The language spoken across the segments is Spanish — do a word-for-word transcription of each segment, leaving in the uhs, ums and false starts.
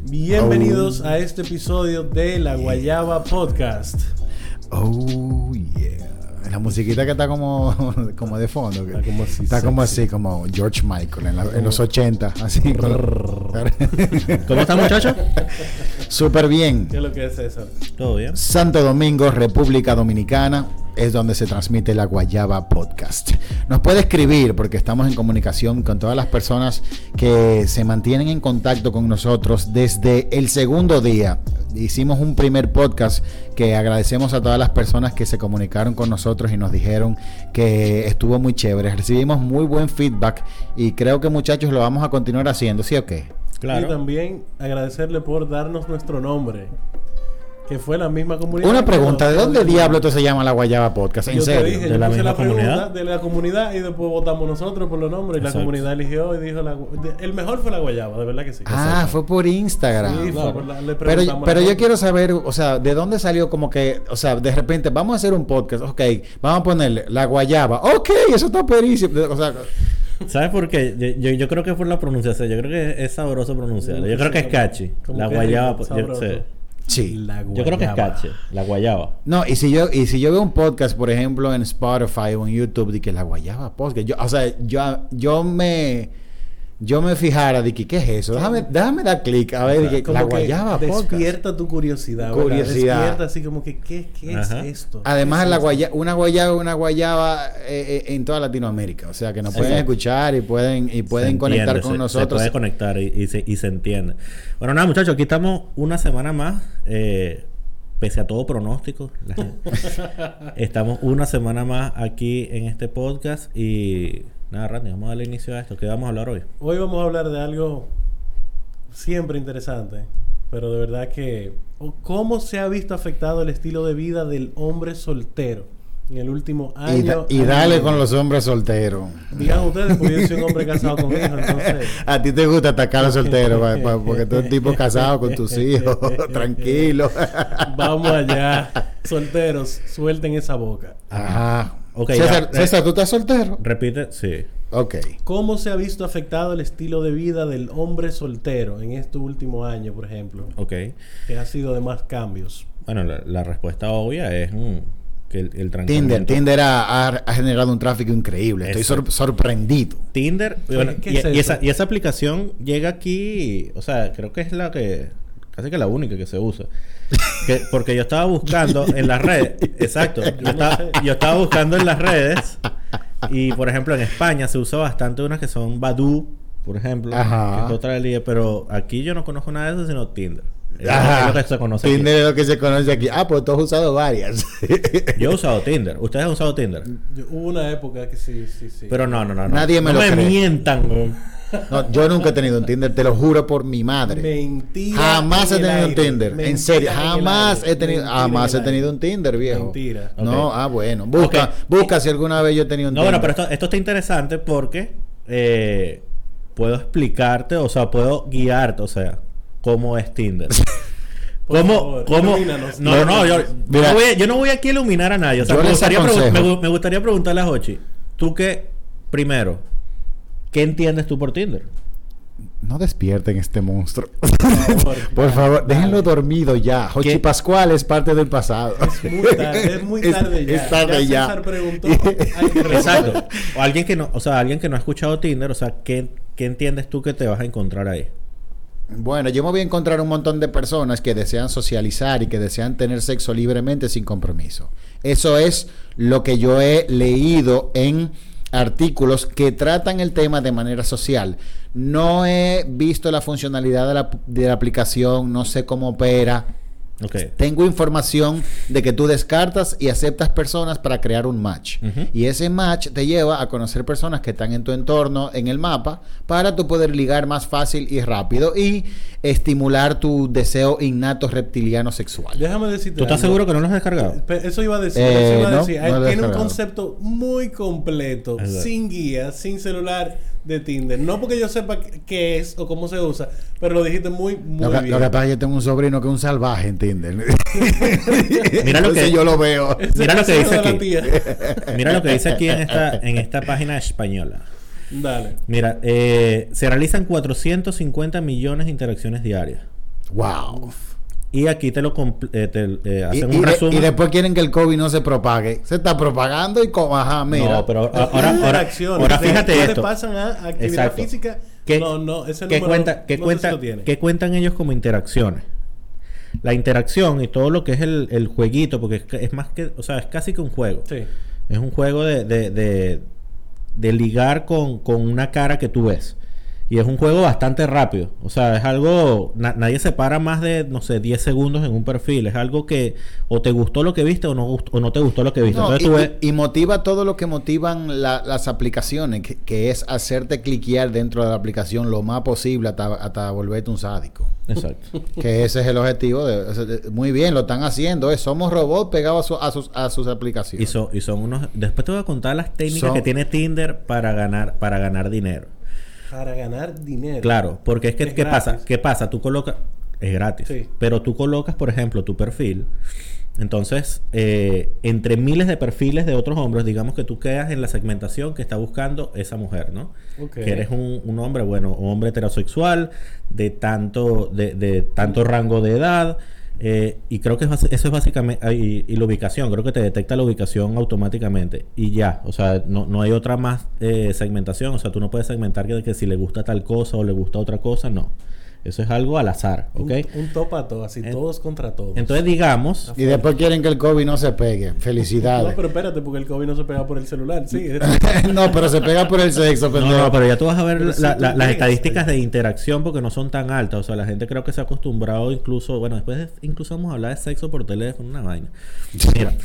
Bienvenidos oh. a este episodio de La Guayaba Podcast. Oh, yeah. La musiquita que está como, como de fondo. Que está como así. Está como así, como George Michael en, la, en los ochenta. Así. ¿Cómo está, muchacho? Súper bien. ¿Qué es lo que es eso? ¿Todo bien? Santo Domingo, República Dominicana, es donde se transmite La Guayaba Podcast. Nos puede escribir porque estamos en comunicación con todas las personas que se mantienen en contacto con nosotros desde el segundo día. Hicimos un primer podcast que agradecemos a todas las personas que se comunicaron con nosotros y nos dijeron que estuvo muy chévere. Recibimos muy buen feedback y creo que, muchachos, lo vamos a continuar haciendo, ¿sí o qué? Claro. Y también agradecerle por darnos nuestro nombre, que fue la misma comunidad. Una pregunta, ¿de dónde diablo esto se llama La Guayaba Podcast? ¿En yo serio? Te dije, ¿De la misma la comunidad? De la comunidad y después votamos nosotros por los nombres. Y Exacto. La comunidad eligió y dijo, la, el mejor fue La Guayaba, de verdad que sí. Ah, Exacto. fue por Instagram. Sí, claro. fue por la, le pero pero yo quiero saber, o sea, ¿de dónde salió como que, o sea, de repente, vamos a hacer un podcast, ok, vamos a ponerle La Guayaba, ok, eso está perísimo, o sea... ¿Sabes por qué? Yo, yo, yo creo que es por la pronunciación. Yo creo que es sabroso pronunciarlo. Yo creo que es catchy. La Guayaba. Yo sé. Sí. La yo creo que es catchy. La Guayaba. No, y si yo y si yo veo un podcast, por ejemplo, en Spotify o en YouTube, de que La Guayaba Podcast, yo, o sea, yo, yo me... Yo me fijara de que, ¿qué es eso? Déjame, déjame dar clic a ver, de que, como La que Guayaba Podcast. Despierta tu curiosidad. Curiosidad. Despierta así como que, ¿qué, qué es esto? Además, ¿Qué la es guaya, una guayaba una guayaba eh, eh, en toda Latinoamérica. O sea, que nos pueden Exacto. escuchar y pueden y pueden conectar con se, nosotros. Se puede conectar y, y, se, y se entiende. Bueno, nada, muchachos, aquí estamos una semana más. Eh, pese a todo pronóstico. La gente, estamos una semana más aquí en este podcast y... Nada, Randy, vamos a darle inicio a esto. ¿Qué vamos a hablar hoy? Hoy vamos a hablar de algo siempre interesante, pero de verdad que... ¿Cómo se ha visto afectado el estilo de vida del hombre soltero en el último año? Y, da, y dale con los hombres solteros. Digan ustedes, porque yo soy un hombre casado con hijos, entonces... A ti te gusta atacar a los solteros, pa, pa, porque tú eres un tipo casado con tus hijos, tranquilo. Vamos allá. Solteros, suelten esa boca. Ajá. Okay, César, ya, César, ¿tú estás soltero? Repite, sí. Ok. ¿Cómo se ha visto afectado el estilo de vida del hombre soltero en este último año, por ejemplo? Ok. Que ha sido de más cambios. Bueno, la, la respuesta obvia es mm, que el, el Tinder, Tinder ha, ha, ha generado un tráfico increíble. Estoy sor, sorprendido. Tinder, bueno, ¿Qué y, es y, esa, y esa aplicación llega aquí, o sea, creo que es la que, casi que la única que se usa. Que, porque yo estaba buscando en las redes, exacto, yo estaba, yo estaba buscando en las redes y por ejemplo en España se usa bastante unas que son Badoo, por ejemplo, Ajá. que es otra liga, pero aquí yo no conozco nada de eso sino Tinder. Es Ajá. lo que se conoce Tinder aquí. es lo que se conoce aquí. Ah, pues tú has usado varias. Yo he usado Tinder. ¿Ustedes han usado Tinder? Yo, hubo una época que sí, sí, sí. Pero no, no, no. no. Nadie me no lo me cree. mientan, güey. No, yo nunca he tenido un Tinder, te lo juro por mi madre. Mentira. Jamás he tenido aire. un Tinder. Mentira en serio, en jamás he tenido, Mentira jamás he en tenido un Tinder, viejo. Mentira. No, Okay. ah, bueno. Busca, Okay. busca si alguna vez yo he tenido un No, Tinder. bueno, pero esto, esto está interesante porque eh, puedo explicarte, o sea, puedo guiarte, o sea, cómo es Tinder. Por ¿Cómo? favor, ¿Cómo? ilumínanos. No, no, yo, Mira, yo, no voy, yo no voy aquí a iluminar a nadie. O sea, yo me les gustaría, aconsejo. pregun- me, me gustaría preguntarle a Jochi, tú qué, primero, ¿qué entiendes tú por Tinder? No despierten este monstruo. Por favor, Por favor, dale. déjenlo dormido ya. Jochi ¿Qué? Pascual es parte del pasado. Es muy tarde, es muy tarde Es- ya. es tarde ya. César preguntó. Hay que responder. Exacto. O alguien que no, o sea, alguien que no ha escuchado Tinder, o sea, ¿qué, qué entiendes tú que te vas a encontrar ahí? Bueno, yo me voy a encontrar un montón de personas que desean socializar y que desean tener sexo libremente sin compromiso. Eso es lo que yo he leído en artículos que tratan el tema de manera social. No he visto la funcionalidad de la, de la aplicación, no sé cómo opera. Okay. Tengo información de que tú descartas y aceptas personas para crear un match. Uh-huh. Y ese match te lleva a conocer personas que están en tu entorno, en el mapa, para tú poder ligar más fácil y rápido y estimular tu deseo innato reptiliano sexual. Déjame decirte. ¿Tú estás algo. seguro que no lo has descargado? Pe- Eso iba a decir. Eh, eso iba a no, decir. no Él lo he tiene un descargado. concepto muy completo, Exacto. sin guía, sin celular de Tinder. No porque yo sepa qué es o cómo se usa, pero lo dijiste muy, muy Lo que, bien. lo que pasa es que yo tengo un sobrino que es un salvaje, ¿entiendes? Mira lo Entonces que- yo lo veo. Ese Mira lo que es dice de la aquí. tía. Mira lo que dice aquí en esta, en esta página española. Dale. Mira, eh, se realizan cuatrocientos cincuenta millones de interacciones diarias. Wow. Y aquí te lo compl- eh, te, eh, hacen y, un y de- resumen. y después quieren que el COVID no se propague. Se está propagando y como, ajá, mira. No, pero ahora, ahora, ahora, Interacciones. ahora De- fíjate ¿qué esto. le pasan a actividad Exacto. física? ¿Qué, no, no, ese ¿qué número cuenta, qué no sé cuenta, si lo tiene. qué cuentan ellos como interacciones? La interacción y todo lo que es el, el jueguito, porque es, que- es más que, o sea, es casi que un juego. Sí. Es un juego de, de, de, de ligar con, con una cara que tú ves. Y es un juego bastante rápido. O sea, es algo... na- nadie se para más de, no sé, diez segundos en un perfil. Es algo que o te gustó lo que viste o no, gust- o no te gustó lo que viste. No, Entonces y, tú ves... y- y motiva todo lo que motivan la- las aplicaciones, que, que es hacerte cliquear dentro de la aplicación lo más posible hasta, hasta volverte un sádico. Exacto. Que ese es el objetivo. De, o sea, de- muy bien, lo están haciendo. eh, Somos robots pegados a, su- a sus, a sus Y, aplicaciones. son y son unos... Después te voy a contar las técnicas Son- que tiene Tinder para ganar, para ganar dinero. Para ganar dinero. Claro, porque es que, Es ¿qué gratis. pasa? ¿Qué pasa? Tú colocas... Es gratis. Sí. Pero tú colocas, por ejemplo, tu perfil. Entonces, eh, entre miles de perfiles de otros hombres, digamos que tú quedas en la segmentación que está buscando esa mujer, ¿no? Ok. Que eres un, un hombre, bueno, un hombre heterosexual, de tanto, de, de tanto rango de edad. Eh, y creo que es basi- eso es básicamente... Y, y la ubicación, creo que te detecta la ubicación automáticamente. Y ya, o sea, no, no hay otra más eh, segmentación. O sea, tú no puedes segmentar que, que si le gusta tal cosa o le gusta otra cosa, no. Eso es algo al azar, ¿ok? Un, un top a todos, así En- todos contra todos. Entonces, digamos... Y después quieren que el COVID no se pegue. no, Felicidades. pero espérate, porque el COVID no se pega por el celular. Sí, No, pero se pega por el sexo, No, pendejo. no, pero ya tú vas a ver Pero la- si la- tú las llegas estadísticas ahí. de interacción porque no son tan altas. O sea, la gente creo que se ha acostumbrado incluso... Bueno, después de- incluso vamos a hablar de sexo por teléfono, una vaina. Mira,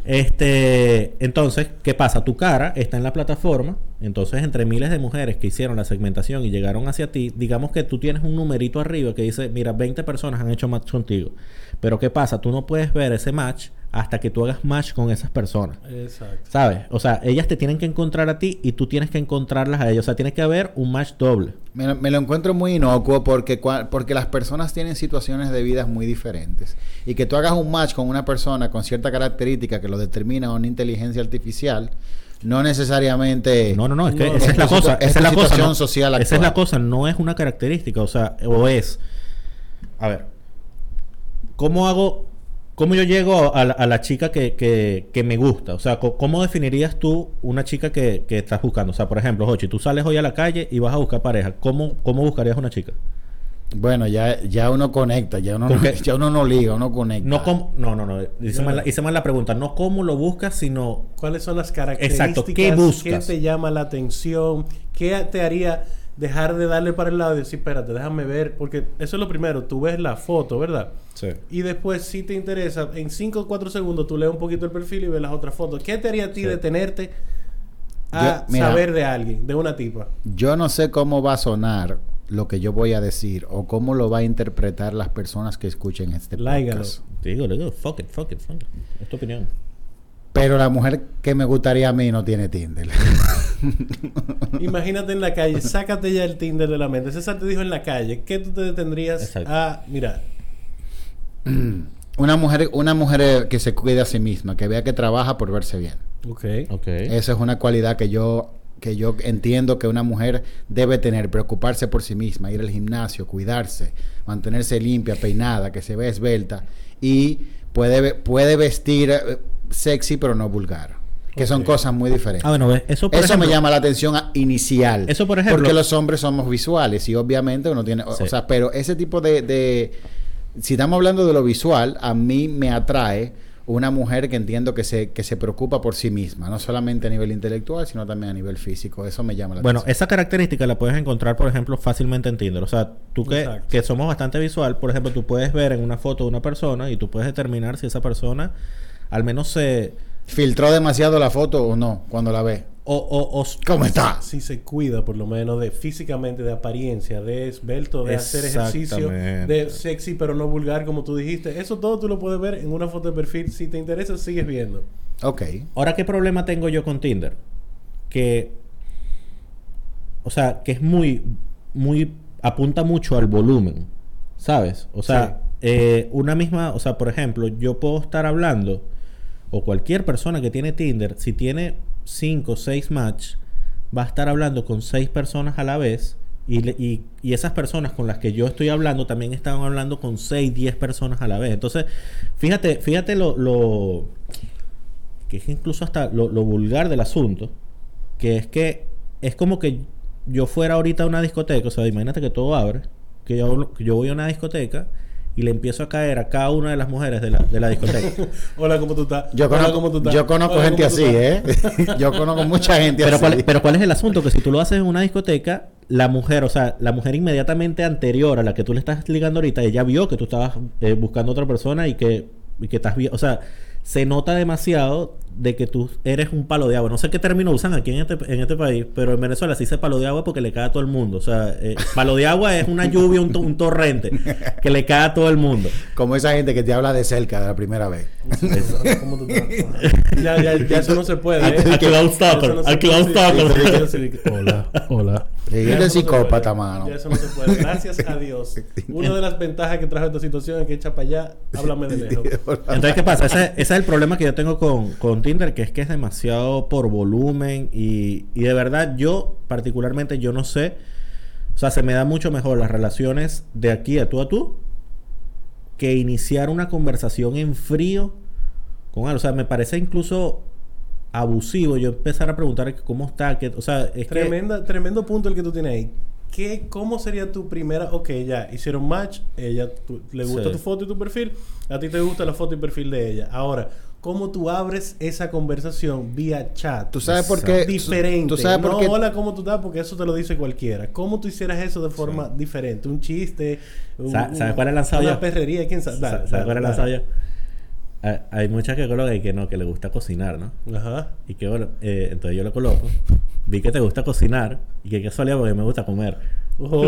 este... Entonces, ¿qué pasa? Tu cara está en la plataforma. Entonces, entre miles de mujeres que hicieron la segmentación y llegaron hacia ti, digamos que tú tienes un numerito arriba que dice, mira, veinte personas han hecho match contigo. Pero ¿qué pasa? Tú no puedes ver ese match hasta que tú hagas match con esas personas. Exacto. ¿Sabes? O sea, ellas te tienen que encontrar a ti y tú tienes que encontrarlas a ellos. O sea, tiene que haber un match doble. Me, lo- me lo encuentro muy inocuo porque, cua- porque las personas tienen situaciones de vida muy diferentes. Y que tú hagas un match con una persona con cierta característica que lo determina una inteligencia artificial, no necesariamente... No, no, no, es que No, esa es es la tu cosa. situa- es Esa tu es la cosa. situación ¿no? social Esa actual. es la cosa, no es una característica. O sea, o es. A ver. ¿Cómo hago? ¿Cómo yo llego a la, a la chica que, que, que me gusta? O sea, co- ¿cómo definirías tú una chica que, que estás buscando? O sea, por ejemplo, Jochi, tú sales hoy a la calle y vas a buscar pareja. ¿Cómo, cómo buscarías una chica? Bueno, ya, ya uno conecta, ya uno, no, Porque- ya uno no liga, uno conecta. No, cómo, no, no, no. Hice, No. mal, la- hice mal la pregunta. No cómo lo buscas, sino... ¿Cuáles son las características? Exacto, ¿qué buscas? ¿Qué te llama la atención? ¿Qué te haría dejar de darle para el lado y decir, espérate, déjame ver? Porque eso es lo primero, tú ves la foto, ¿verdad? Sí. Y después, si te interesa, en cinco o cuatro segundos tú lees un poquito el perfil y ves las otras fotos. ¿Qué te haría a ti Sí. detenerte a Yo- mira, saber de alguien, de una tipa? Yo no sé cómo va a sonar lo que yo voy a decir o cómo lo va a interpretar las personas que escuchen este Láigalo. podcast. Te digo, le digo, fuck it, fuck it, fuck it. Es tu opinión. Pero la mujer que me gustaría a mí no tiene Tinder. Imagínate en la calle, sácate ya el Tinder de la mente. César te dijo en la calle, ¿qué tú te detendrías Exacto. a mirar? Una mujer, una mujer que se cuide a sí misma, que vea que trabaja por verse bien. Ok. Ok. Esa es una cualidad que yo, que yo entiendo que una mujer debe tener, preocuparse por sí misma, ir al gimnasio, cuidarse, mantenerse limpia, peinada, que se vea esbelta y puede, ve- puede vestir eh, sexy pero no vulgar. Que son Ok. cosas muy diferentes. Ah, bueno, ves, eso por Eso ejemplo, me llama la atención a- inicial. Eso, por ejemplo- Porque los hombres somos visuales y obviamente uno tiene... O, Sí. o sea, pero ese tipo de, de... Si estamos hablando de lo visual, a mí me atrae una mujer que entiendo que se, que se preocupa por sí misma. No solamente a nivel intelectual, sino también a nivel físico. Eso me llama la Bueno, atención. esa característica la puedes encontrar, por ejemplo, fácilmente en Tinder. O sea, tú que, Exacto. que somos bastante visual, por ejemplo, tú puedes ver en una foto de una persona y tú puedes determinar si esa persona al menos se... ¿Filtró demasiado la foto o no cuando la ve? O, o, o- ¿Cómo está? Si se cuida por lo menos de físicamente, de apariencia, de esbelto, de hacer ejercicio, Exactamente. de sexy pero no vulgar como tú dijiste. Eso todo tú lo puedes ver en una foto de perfil. Si te interesa, sigues viendo. Ok. Ahora, ¿qué problema tengo yo con Tinder? Que... O sea, que es muy... Muy... Apunta mucho al volumen. ¿Sabes? O sea, eh, una misma... O sea, por ejemplo, yo puedo estar hablando... O cualquier persona que tiene Tinder, si tiene cinco o seis match, va a estar hablando con seis personas a la vez Y, le, y, y esas personas con las que yo estoy hablando también estaban hablando con seis, diez personas a la vez. Entonces, fíjate, fíjate lo, lo que es incluso hasta lo, lo vulgar del asunto, que es que es como que yo fuera ahorita a una discoteca, o sea, imagínate que todo abre, que yo, que yo voy a una discoteca y le empiezo a caer a cada una de las mujeres de la, de la discoteca. Hola, ¿cómo tú estás? Yo Hola, conozco, ¿cómo tú estás? yo conozco Hola, gente ¿cómo tú así, estás? ¿eh? Yo conozco mucha gente pero así. cuál, pero ¿cuál es el asunto? Que si tú lo haces en una discoteca, la mujer, o sea, la mujer inmediatamente anterior a la que tú le estás ligando ahorita, ella vio que tú estabas eh, buscando a otra persona y que, y que estás bien, o sea, se nota demasiado de que tú eres un palo de agua. No sé qué término usan aquí en este, en este país, pero en Venezuela se dice palo de agua porque le cae a todo el mundo. O sea, eh, palo de agua es una lluvia, un, to- un torrente que le cae a todo el mundo. Como esa gente que te habla de cerca de la primera vez. Hola, ¿cómo tú estás? Ya, ya, ya eso no se puede, ¿eh? A cloud stalker, Eso no se a cloud puede. stalker. Sí, sí, sí. Hola, hola. Sí, Ya es de eso no se psicópata, puede. mano. Ya eso no se puede. Gracias a Dios. Una de las ventajas que trajo esta situación es que echa para allá, háblame de lejos. Entonces, ¿qué pasa? Ese, ese es el problema que yo tengo con, con Tinder, que es que es demasiado por volumen y, y de verdad yo, particularmente, yo no sé, o sea, se me da mucho mejor las relaciones de aquí a tú a tú que iniciar una conversación en frío con algo. O sea, me parece incluso abusivo yo empezar a preguntar cómo está, que, o sea, es Tremenda, que... Tremendo punto el que tú tienes ahí. ¿Qué, ¿Cómo sería tu primera? Ok, ya, hicieron match, ella tu, le gusta sí. tu foto y tu perfil, a ti te gusta la foto y perfil de ella. Ahora, ¿cómo tú abres esa conversación vía chat? ¿Tú sabes por qué? Diferente. ¿Tú sabes por no, qué? Hola, ¿cómo tú estás? Porque eso te lo dice cualquiera. ¿Cómo tú hicieras eso de forma sí. diferente? Un chiste, un, ¿Sabes sabe cuál es el lanzado una yo? perrería, ¿quién sabe? ¿Sabes sabe cuál es el lanzado yo? Hay muchas que colocan y que no, que le gusta cocinar, ¿no? Ajá. Y que bueno, eh, entonces yo lo coloco. Vi que te gusta cocinar y que qué casualidad porque me gusta comer. Oh, oh,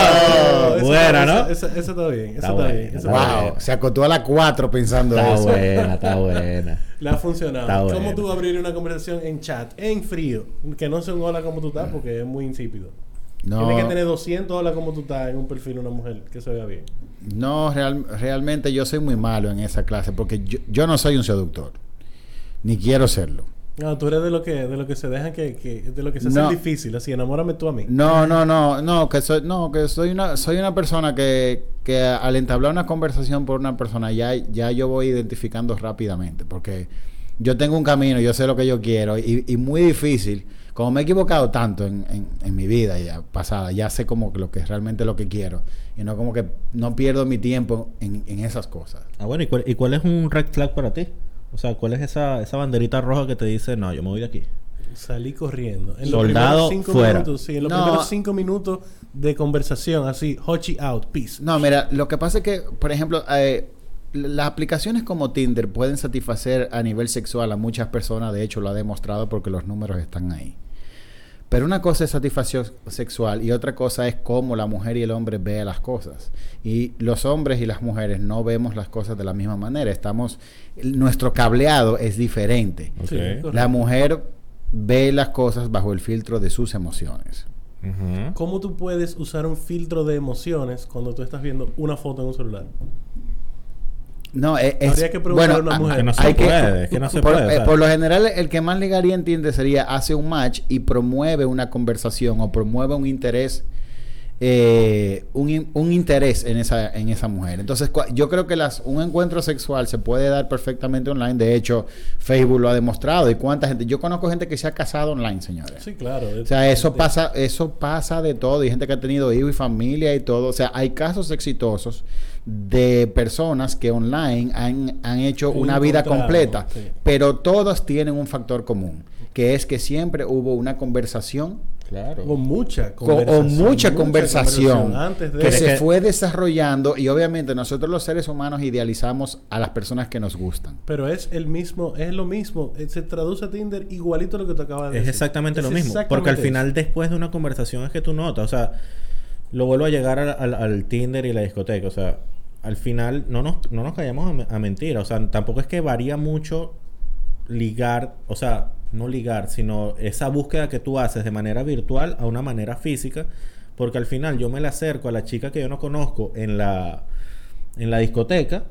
oh, buena, está, ¿no? Eso, eso, eso está bien. Eso está, está buena, bien. Eso está Wow, está bien. se acostó a las cuatro pensando está eso. Está buena, está buena. Le ha funcionado. Está ¿Cómo buena. tú abrirías una conversación en chat, en frío? Que no sea un hola como tú estás porque es muy insípido. No, Tiene que tener doscientos hola como tú estás en un perfil de una mujer que se vea bien. no real, realmente yo soy muy malo en esa clase porque yo, yo no soy un seductor. Ni quiero serlo. No, tú eres de lo que de lo que se dejan que, que de lo que se hace No. difícil, así enamórame tú a mí. No, no, no, no, que soy, no, que soy una, soy una persona que, que al entablar una conversación por una persona ya, ya yo voy identificando rápidamente, porque yo tengo un camino, yo sé lo que yo quiero y, y muy difícil, como me he equivocado tanto en, en, en mi vida ya pasada, ya sé como que lo que es realmente lo que quiero y no como que no pierdo mi tiempo en, en esas cosas. Ah, bueno, ¿y cuál, ¿y cuál es un red flag para ti? O sea, ¿cuál es esa, esa banderita roja que te dice, no, yo me voy de aquí? Salí corriendo. En Soldado los cinco fuera. Minutos, sí, en los No. primeros cinco minutos de conversación, así, hochi out, peace. No, mira, lo que pasa es que, por ejemplo, eh, las aplicaciones como Tinder pueden satisfacer a nivel sexual a muchas personas, de hecho lo ha demostrado porque los números están ahí. Pero una cosa es satisfacción sexual y otra cosa es cómo la mujer y el hombre ve las cosas. Y los hombres y las mujeres no vemos las cosas de la misma manera. Estamos, nuestro cableado es diferente. Okay. Sí, La mujer ve las cosas bajo el filtro de sus emociones. Uh-huh. ¿Cómo tú puedes usar un filtro de emociones cuando tú estás viendo una foto en un celular? No, es, es- Habría que preguntarle bueno, a una mujer. Que no se hay que- puede, es que no se por, puede. o eh, sea. por lo general, el que más ligaría en Tinder sería hace un match y promueve una conversación o promueve un interés, eh, un, in- un interés en esa, en esa mujer. Entonces, cua- yo creo que las, un encuentro sexual se puede dar perfectamente online. De hecho, Facebook lo ha demostrado. ¿Y cuánta gente? Yo conozco gente que se ha casado online, señores. Sí, claro. O sea, eso Este, pasa, eso pasa de todo. Y gente que ha tenido hijos y familia y todo. O sea, hay casos exitosos de personas que online han, han hecho Sí, una vida encontraron, completa. sí. Pero todas tienen un factor común, que es que siempre hubo una conversación Claro. O mucha co- o conversación. mucha conversación antes de... que se que- fue desarrollando y obviamente nosotros los seres humanos idealizamos a las personas que nos gustan. Pero es el mismo, es lo mismo. Eh, Se traduce a Tinder igualito a lo que tú acabas de Es decir. exactamente Es lo mismo. exactamente Porque al eso. final, después de una conversación, es que tú notas. O sea, lo vuelvo a llegar al, al- al Tinder y la discoteca. O sea, al final no nos, no nos callamos a, me- a mentir. O sea, tampoco es que varía mucho ligar. O sea, no ligar, sino esa búsqueda que tú haces de manera virtual a una manera física. Porque al final yo me le acerco a la chica que yo no conozco en la, en la discoteca.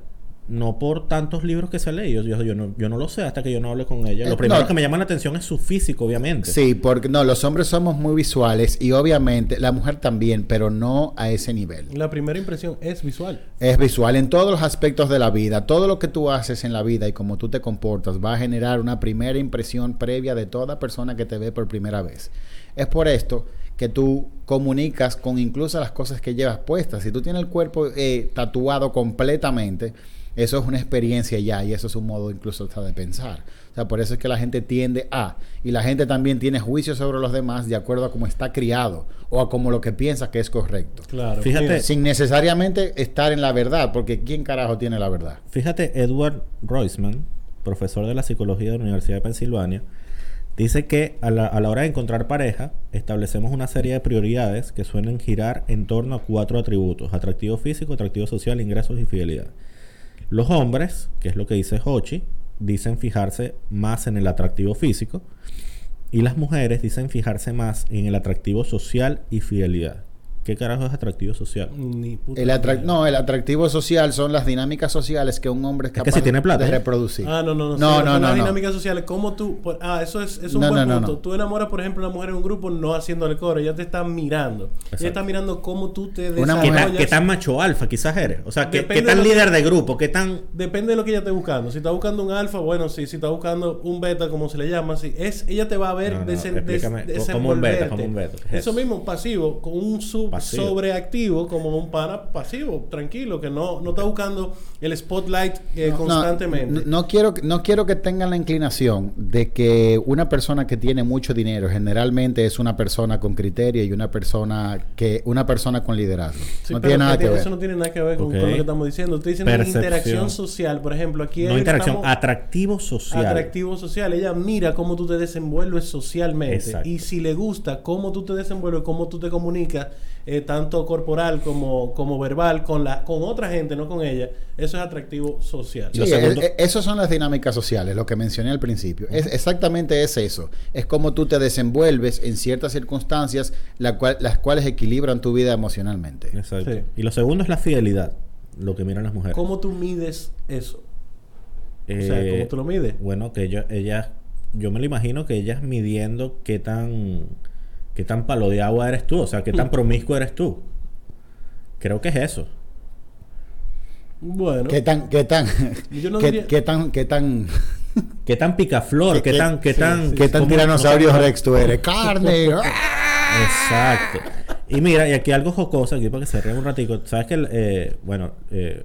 no por tantos libros que se ha leído. Yo, yo, no, yo no lo sé hasta que yo no hable con ella. Lo eh, primero no. que me llama la atención es su físico, obviamente. Sí, porque no, los hombres somos muy visuales y obviamente la mujer también, pero no a ese nivel. La primera impresión es visual. Es visual en todos los aspectos de la vida. Todo lo que tú haces en la vida y cómo tú te comportas va a generar una primera impresión previa de toda persona que te ve por primera vez. Es por esto que tú comunicas con incluso las cosas que llevas puestas. Si tú tienes el cuerpo eh, tatuado completamente, eso es una experiencia ya y eso es un modo incluso hasta de pensar. O sea, por eso es que la gente tiende a... Y la gente también tiene juicios sobre los demás de acuerdo a cómo está criado o a cómo lo que piensa que es correcto. Claro. Fíjate, sin necesariamente estar en la verdad, porque ¿quién carajo tiene la verdad? Fíjate, Edward Roisman, profesor de la psicología de la Universidad de Pensilvania, dice que a la, a la hora de encontrar pareja, establecemos una serie de prioridades que suelen girar en torno a cuatro atributos: atractivo físico, atractivo social, ingresos y fidelidad. Los hombres, que es lo que dice Hochi, dicen fijarse más en el atractivo físico, y las mujeres dicen fijarse más en el atractivo social y fidelidad. ¿Qué carajo es atractivo social? Ni puta el atrac- no, el atractivo social son las dinámicas sociales que un hombre es capaz es que si tiene plata, de ¿eh? reproducir. Ah, no, no, no. No, sí, no, las no, dinámicas no. sociales, ¿cómo tú...? Por, ah, eso es, es un no, buen no, punto. No, no. Tú enamoras, por ejemplo, a una mujer en un grupo no haciéndole coro. Ella te está mirando. Exacto. Ella está mirando cómo tú te desarrollas. ¿Qué tan, ¿Qué tan macho alfa quizás eres? O sea, ¿qué, ¿qué tan líder de grupo? ¿Qué tan...? Depende de lo que ella esté buscando. Si está buscando un alfa, bueno, sí. Si está buscando un beta, como se le llama, sí. Es, ella te va a ver no, no, desen, des, como un beta, como un beta. Es eso mismo, pasivo. Con un sub pasivo. Sobreactivo, como un pana pasivo, tranquilo, que no, no está buscando el spotlight eh, no, constantemente. No, no, quiero, no quiero que tengan la inclinación de que una persona que tiene mucho dinero generalmente es una persona con criterio y una persona que una persona con liderazgo. Sí, no tiene nada que ver. Eso no tiene nada que ver con, okay. con lo que estamos diciendo. Estoy diciendo interacción social. Por ejemplo, aquí... No interacción, atractivo social. Atractivo social. Ella mira cómo tú te desenvuelves socialmente. Exacto. Y si le gusta cómo tú te desenvuelves, cómo tú te comunicas, eh, tanto corporal como, como verbal, con la con otra gente, no con ella, eso es atractivo social. Sí, segundo... es, esas son las dinámicas sociales, lo que mencioné al principio. Uh-huh. Es, exactamente es eso. Es cómo tú te desenvuelves en ciertas circunstancias la cual, las cuales equilibran tu vida emocionalmente. Exacto. Sí. Y lo segundo es la fidelidad, lo que miran las mujeres. ¿Cómo tú mides eso? Eh, o sea, ¿cómo tú lo mides? Bueno, que ellas, ella, yo me lo imagino que ellas midiendo qué tan, qué tan palo de agua eres tú, o sea, qué tan promiscuo eres tú. Creo que es eso. Bueno. ¿Qué tan, qué tan, yo no qué, diría... qué tan, qué tan, qué tan picaflor, qué, qué tan, qué sí, tan, sí, qué tan tiranosaurio no, rex tú eres, carne. Exacto. Y mira, y aquí algo jocoso aquí para que se rían un ratico. Sabes que, eh, bueno, eh,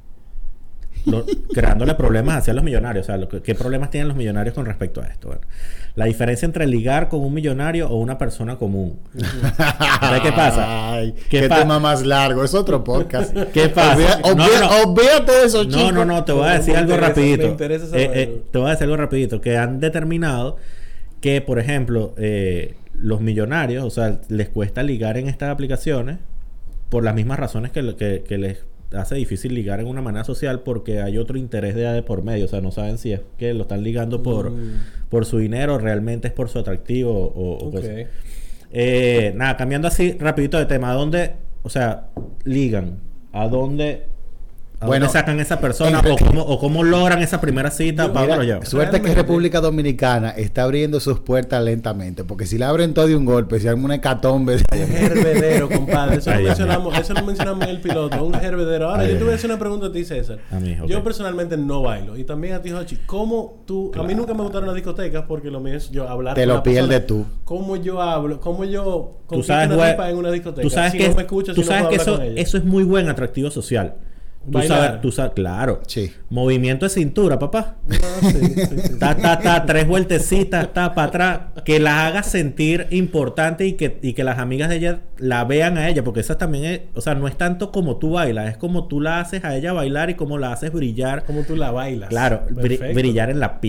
lo, creándole problemas hacia los millonarios. O sea, lo que, ¿qué problemas tienen los millonarios con respecto a esto? Bueno, la diferencia entre ligar con un millonario o una persona común. ¿Sabes qué pasa? Ay, ¿Qué, ¿Qué pa- tema más largo? Es otro podcast. ¿Qué pasa? Obvia, obvia, no, no. Obvíate de eso, chicos. No, no, no. Te voy a decir me algo interesa, rapidito. Me interesa saber. Eh, eh, te voy a decir algo rapidito. Que han determinado que, por ejemplo, eh, los millonarios, o sea, les cuesta ligar en estas aplicaciones por las mismas razones que, que, que les hace difícil ligar en una manera social, porque hay otro interés de, de por medio. O sea, no saben si es que lo están ligando por, mm. por su dinero, realmente es por su atractivo o, o okay. eh, nada, cambiando así rapidito de tema. ¿A dónde, o sea, ligan? ¿A dónde... ¿A bueno, dónde sacan esa persona? En, o, cómo, ¿O cómo logran esa primera cita? Mira, mira, suerte que República Dominicana está abriendo sus puertas lentamente, porque si la abren todo de un golpe, se arma una hecatombe. Un hervedero, compadre. Eso, Ay, lo mencionamos, eso lo mencionamos en el piloto. Un hervedero. Ahora, Ay, yo te voy a hacer una pregunta a ti, César. A mí, okay. Yo personalmente no bailo. Y también a ti, Hochi. ¿Cómo tú...? Claro. A mí nunca me gustaron las discotecas porque lo mío es yo hablar te con lo pierdes tú. ¿Cómo yo hablo? ¿Cómo yo... Tú sabes, una tipa en una discoteca? Tú sabes si que, no me escuchas, tú si sabes no que puedo eso, con ella. eso es muy buen atractivo social. Tú sabes, tú sabes, claro. Sí. Movimiento de cintura, papá. No, sí, sí, sí. Ta, ta, ta, tres vueltecitas, ta, para atrás. Que la haga sentir importante y que, y que las amigas de ella la vean a ella. Porque esa también es, o sea, no es tanto como tú bailas, es como tú la haces a ella bailar y cómo la haces brillar. Como tú la bailas. Claro, br- brillar en la pista.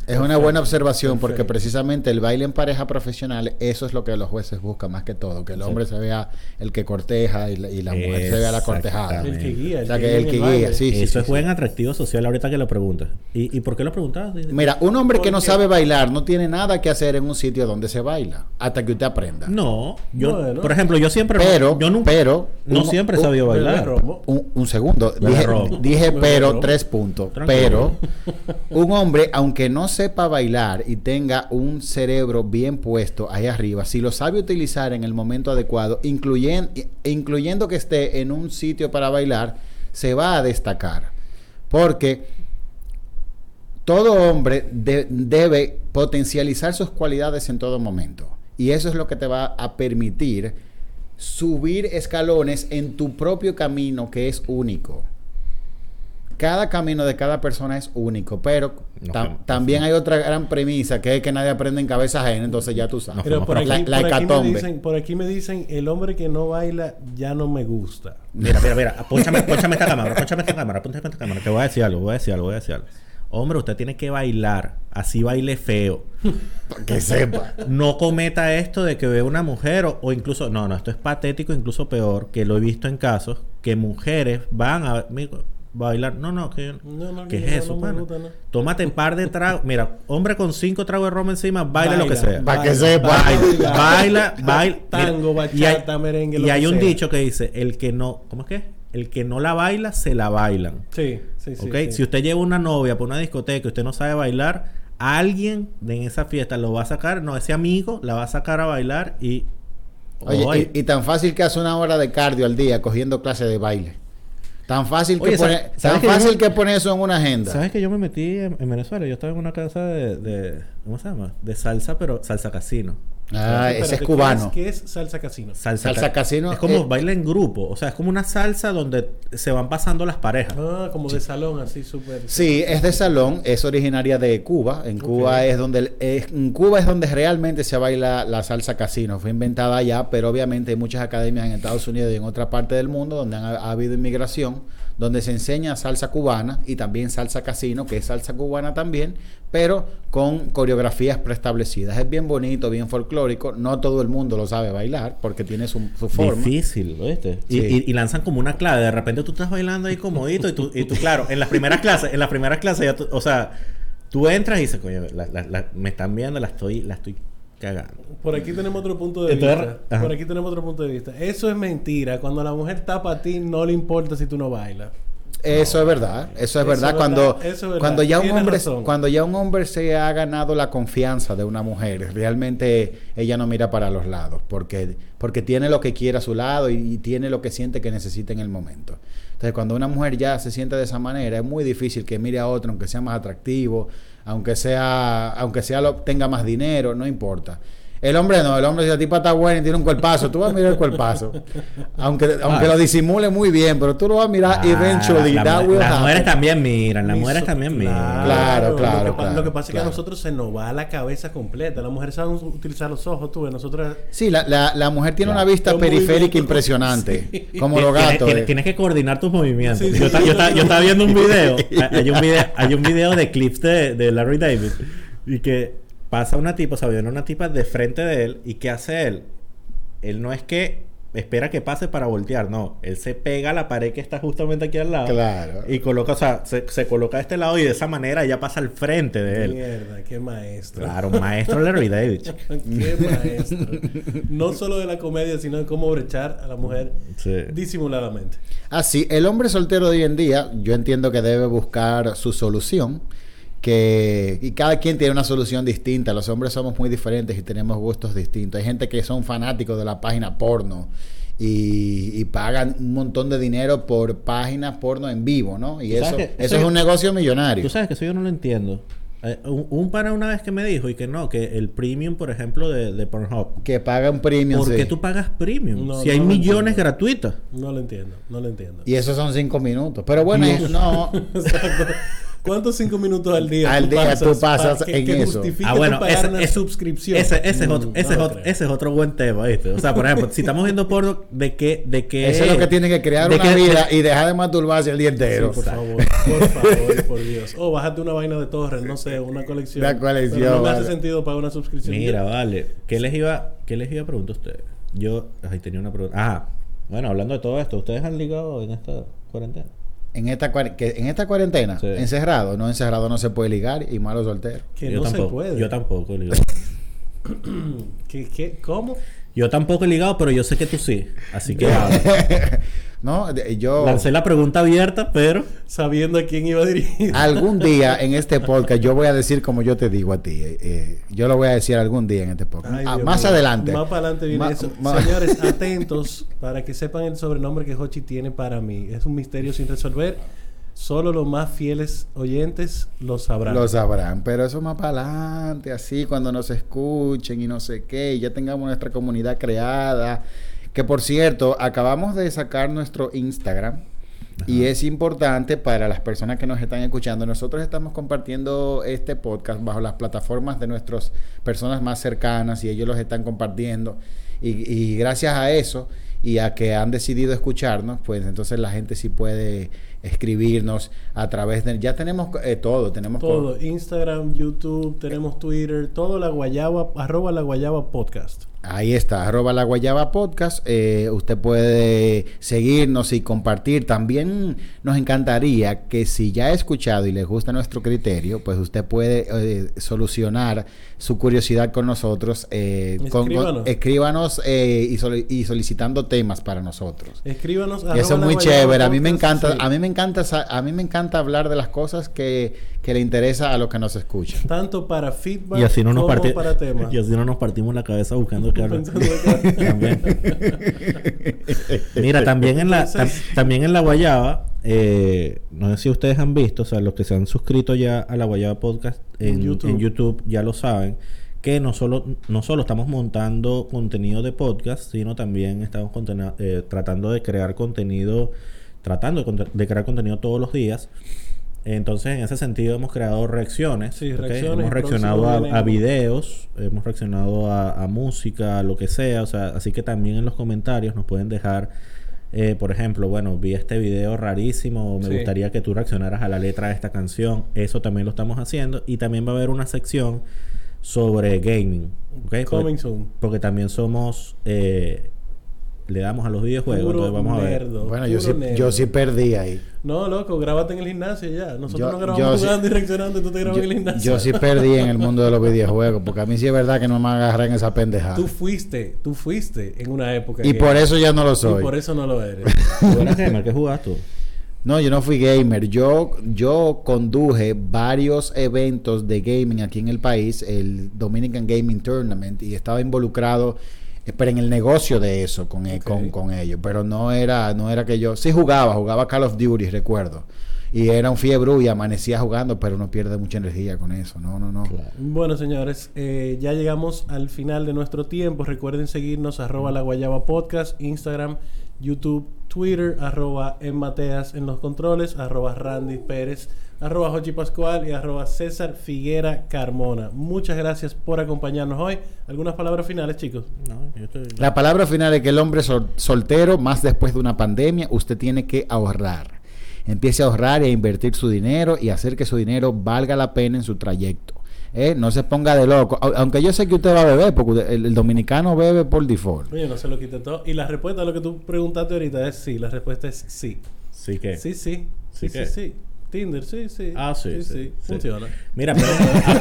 Es una buena observación porque precisamente el baile en pareja profesional, eso es lo que los jueces buscan más que todo, que el hombre sí. se vea el que corteja y la, y la mujer se vea la cortejada. El que guía. O sea, que el que guía, sí, sí. Eso sí, es sí. buen atractivo social ahorita que lo preguntas. ¿Y, ¿Y por qué lo preguntabas? Mira, un hombre que no sabe bailar no tiene nada que hacer en un sitio donde se baila, hasta que usted aprenda. No, yo, bueno. por ejemplo, yo siempre... Pero, yo nunca, pero... No un, siempre he un, sabido bailar. Un, un segundo. Me Dije, dije Me pero, robo. tres puntos. Tranquilo. Pero, un hombre, aunque no sepa bailar y tenga un cerebro bien puesto ahí arriba, si lo sabe utilizar en el momento adecuado, incluyendo, incluyendo que esté en un sitio para bailar, se va a destacar. Porque todo hombre de, debe potencializar sus cualidades en todo momento. Y eso es lo que te va a permitir subir escalones en tu propio camino, que es único. Cada camino de cada persona es único, pero no, tam, no, no, también no. hay otra gran premisa, que es que nadie aprende en cabeza ajena, entonces ya tú sabes. No, Pero por aquí, la, la por, aquí me hecatombe. dicen, por aquí me dicen, el hombre que no baila ya no me gusta. Mira, mira, mira. Pónchame, pónchame esta cámara. Pónchame esta cámara. Pónchame esta cámara. Te voy a decir algo. Voy a decir algo. Voy a decir algo. Hombre, usted tiene que bailar. Así baile feo. Que sepa. No cometa esto de que ve una mujer o, o incluso... No, no. Esto es patético. Incluso peor. Que lo he visto en casos. Que mujeres van a... Mira, bailar. No, no. ¿Qué, No, no, ¿qué no, es no, eso, no me pana? gusta, no. Tómate un par de tragos. Mira, hombre con cinco tragos de ron encima, baila, Baila, lo que sea. Para que baila, sepa. Baila, baila, baila. Tango, Mira, bachata, y hay, merengue, y lo hay que un sea. dicho que dice, el que no... ¿Cómo es que? El que no la baila, se la bailan. Sí, sí, sí. ¿Ok? sí. Si usted lleva una novia por una discoteca y usted no sabe bailar, alguien en esa fiesta lo va a sacar, no, ese amigo la va a sacar a bailar y... Oye, Oye, y, y tan fácil que hace una hora de cardio al día cogiendo clase de baile. Tan fácil Oye, que pone, ¿sabes- tan sabes que fácil yo- que pone eso en una agenda. ¿sabes que yo me metí en, en Venezuela? Yo estaba en una casa de, de... ¿Cómo se llama? De salsa, pero salsa casino. Ah, Espérate, ese es ¿qué cubano. ¿Qué es, qué es salsa casino? Salsa, Salsa ca- casino, Es como eh, baile en grupo. O sea, es como una salsa donde se van pasando las parejas. Ah, como de salón, así súper... Sí, es de salón, es originaria de Cuba. En Cuba Ok. es donde es, en Cuba es donde realmente se baila la salsa casino. Fue inventada allá, pero obviamente hay muchas academias en Estados Unidos y en otra parte del mundo donde han, ha habido inmigración, donde se enseña salsa cubana y también salsa casino, que es salsa cubana también, pero con coreografías preestablecidas. Es bien bonito, bien folclórico. No todo el mundo lo sabe bailar porque tiene su, su forma. Difícil, ¿viste? Y, Sí. y, y lanzan como una clave. De repente tú estás bailando ahí comodito y tú, y tú claro, en las primeras clases, en las primeras clases ya tú, o sea, tú entras y dices, coño, la, la, la, me están viendo, la estoy, la estoy cagando. Por aquí tenemos otro punto de Entonces, vista. ajá. Por aquí tenemos otro punto de vista. Eso es mentira. Cuando la mujer está para ti, no le importa si tú no bailas. Eso es verdad, eso es Eso verdad. es Cuando, verdad, eso es verdad. cuando ya un Tienes hombre, razón. cuando ya un hombre se ha ganado la confianza de una mujer, realmente ella no mira para los lados, porque, porque tiene lo que quiere a su lado y, y tiene lo que siente que necesita en el momento. Entonces, cuando una mujer ya se siente de esa manera, es muy difícil que mire a otro, aunque sea más atractivo, aunque sea, aunque sea lo, tenga más dinero, no importa. El hombre no, el hombre si la tipa está buena y tiene un cuerpazo, tú vas a mirar el cuerpazo. Aunque, aunque lo disimule muy bien, pero tú lo vas a mirar Ah, eventually. la that mu- will las happen. mujeres también miran, las Mis- mujeres también miran. Claro, claro, Lo que, pa- claro, lo que pasa es que claro. a nosotros se nos va la cabeza completa. Las mujeres saben utilizar los ojos, tú ves. Nosotros... Sí, la, la, la mujer tiene Claro. una vista Los periférica movimientos. impresionante. Sí. Como Tien- los tienes- gatos. tienes, eh. tienes que coordinar tus movimientos. Sí, sí, yo, ta- sí. yo, ta- yo estaba viendo un video. hay, hay un video hay un video de clips de, de Larry David. Y que pasa una tipa, o sea, viene una tipa de frente de él. ¿Y qué hace él? Él no es que espera que pase para voltear, no. Él se pega a la pared que está justamente aquí al lado. Claro. Y coloca, o sea, se, se coloca a este lado y de esa manera ella pasa al frente de él. Mierda, qué maestro. Claro, maestro Larry David. Qué maestro. No solo de la comedia, sino de cómo brechar a la mujer Sí. disimuladamente. Así, el hombre soltero de hoy en día, yo entiendo que debe buscar su solución. Que, y cada quien tiene una solución distinta. Los hombres somos muy diferentes y tenemos gustos distintos. Hay gente que son fanáticos de la página porno y, y pagan un montón de dinero por páginas porno en vivo, ¿no? Y ¿Tú sabes eso, que- eso eso es yo- un negocio millonario. Tú sabes que eso yo no lo entiendo. Eh, un, un pana una vez que me dijo y que no, que el premium, por ejemplo, de, de Pornhub. Que pagan premium. ¿Por sí. qué tú pagas premium? No, si no hay lo millones entiendo. gratuitas. No lo entiendo, no lo entiendo. Y esos son cinco minutos. Pero bueno, Dios. no. Exacto. ¿Cuántos cinco minutos al día al tú día pasas tú pasas para que, en que eso? justifique Ah, bueno, tú pagar ese, una ese- suscripción? Ese, ese, es Mm, otro, ese, no es lo otro, creo. ese es otro buen tema, ¿viste? O sea, por ejemplo, si estamos viendo porno, ¿de qué, de qué? Eso es lo que tiene que crear de una qué- vida y dejar de masturbarse el día Sí, entero. por favor, por favor, por Dios. O bájate una vaina de torres, no sé, una colección. Una colección, Pero no me hace vale. sentido pagar una suscripción. Mira, vale. ¿Qué les iba, qué les iba a preguntar a ustedes? Yo, ay, tenía una pregunta. Ah, bueno, hablando de todo esto, ¿ustedes han ligado en esta cuarentena? En esta, cuar- que, en esta cuarentena, Sí. encerrado, no encerrado no se puede ligar y malo soltero. Que yo no tampoco, se puede. Yo tampoco he ligado. ¿Qué, qué, ¿Cómo? Yo tampoco he ligado, pero yo sé que tú sí. Así que no, de- yo lancé la pregunta abierta, pero Sabiendo a quién iba a dirigir. algún día en este podcast yo voy a decir como yo te digo a ti. eh, eh, yo lo voy a decir algún día en este podcast. Ay, Ah, Dios más mío. adelante. Más para adelante viene Ma- eso. ma- Señores, atentos para que sepan el sobrenombre que Hochi tiene para mí. Es un misterio sin resolver. Solo los más fieles oyentes lo sabrán. Lo sabrán, pero eso más para adelante, así cuando nos escuchen y no sé qué, y ya tengamos nuestra comunidad creada. Que por cierto, acabamos de sacar nuestro Instagram. Y es importante para las personas que nos están escuchando. Nosotros estamos compartiendo este podcast bajo las plataformas de nuestras personas más cercanas y ellos los están compartiendo. Y, y gracias a eso y a que han decidido escucharnos, pues entonces la gente sí puede escribirnos a través de... Ya tenemos eh, todo, tenemos Todo. co- Instagram, YouTube, tenemos Twitter, todo la guayaba, arroba la guayaba podcast. Ahí está, arroba la guayaba podcast. Eh, usted puede seguirnos y compartir. También nos encantaría que si ya ha escuchado y les gusta nuestro criterio, pues usted puede eh, solucionar su curiosidad con nosotros. Eh, con- con- Escríbanos. escríbanos eh, y, soli- y solicitando temas para nosotros. Escríbanos. Y arroba eso es la muy guayaba chévere. A mí me podcast, encanta, sí. a mí me encanta, sa- a mí me encanta hablar de las cosas que, que le interesa a los que nos escuchan. Tanto para feedback y así no nos como parti- para temas. y así no nos partimos la cabeza buscando que hablar. Pensando que- También. Mira, también en la tam- Entonces- también en la Guayaba, eh, no sé si ustedes han visto, o sea, los que se han suscrito ya a la Guayaba Podcast en, En YouTube. en YouTube ya lo saben, que no solo no solo estamos montando contenido de podcast, sino también estamos contena- eh, tratando de crear contenido, tratando de, conte- de crear contenido todos los días. Entonces, en ese sentido, hemos creado reacciones. Sí, ¿ok? reacciones, Hemos reaccionado a, próximo a viene- videos, hemos reaccionado a, a música, a lo que sea. O sea, así que también en los comentarios nos pueden dejar, eh, por ejemplo, bueno, vi este video rarísimo, me Sí. gustaría que tú reaccionaras a la letra de esta canción. Eso también lo estamos haciendo. Y también va a haber una sección sobre gaming. ¿ok? Coming Porque, soon. porque también somos... eh, le damos a los videojuegos. Puro Entonces vamos a ver. nerdo, Bueno, yo puro sí, nerdo. yo sí perdí ahí. No, loco, grábate en el gimnasio ya. Nosotros Yo- no yo grabamos sí- jugando y reaccionando y tú te grabas Yo, en el gimnasio. yo sí perdí en el mundo de los videojuegos, porque a mí sí es verdad que no me agarré en esa pendejada. Tú fuiste, tú fuiste en una época. Y que- por eso ya no lo Y soy. por eso no lo eres. ¿Tú eras gamer? ¿Qué jugabas tú? No, yo no fui gamer. Yo, yo conduje varios eventos de gaming aquí en el país, el Dominican Gaming Tournament, y estaba involucrado, eh, pero en el negocio de eso, con, eh, Ok. con, con ellos. Pero no era, no era que yo... Sí jugaba, jugaba Call of Duty, recuerdo. Y era un fiebre y amanecía jugando, pero uno pierde mucha energía con eso. No, no, no. Claro. Bueno, señores, eh, ya llegamos al final de nuestro tiempo. Recuerden seguirnos arroba la guayaba podcast, Instagram, YouTube, Twitter, arroba en Mateas en los controles, arroba Randy Pérez, arroba Jochi Pascual y arroba César Figuera Carmona. Muchas gracias por acompañarnos hoy. ¿Algunas palabras finales, chicos? No, yo estoy... La palabra final es que el hombre sol- soltero, más después de una pandemia, usted tiene que ahorrar. Empiece a ahorrar y a invertir su dinero y hacer que su dinero valga la pena en su trayecto. ¿Eh? No se ponga de loco. Au- Aunque yo sé que usted va a beber, porque el, el dominicano bebe por default. Oye, no se lo quiten todo. Y la respuesta a lo que tú preguntaste ahorita es sí. La respuesta es sí. Sí que... Sí, sí. Sí, ¿Sí sí, qué? sí. Tinder, sí, sí. Ah, sí, sí, sí. Funciona. Mira, pero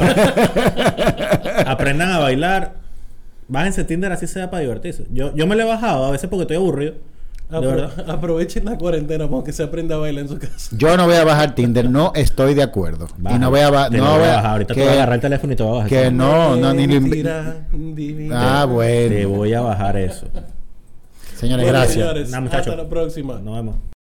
apre- aprendan a bailar. Bájense Tinder así sea para divertirse. Yo, yo me lo he bajado a veces porque estoy aburrido. De Apro- verdad. aprovechen la cuarentena para que se aprenda a bailar en su casa. Yo no voy a bajar Tinder, no estoy de acuerdo. Baja. Y no voy a, ba- Te no lo voy voy a a bajar. Ahorita que- te voy a agarrar el teléfono y te voy a bajar. que no, no, ni lo invi- Mentira divina. Ah, bueno. Te voy a bajar eso. Señores, Bueno, gracias. señores, Nah, muchacho. hasta la próxima. Nos vemos.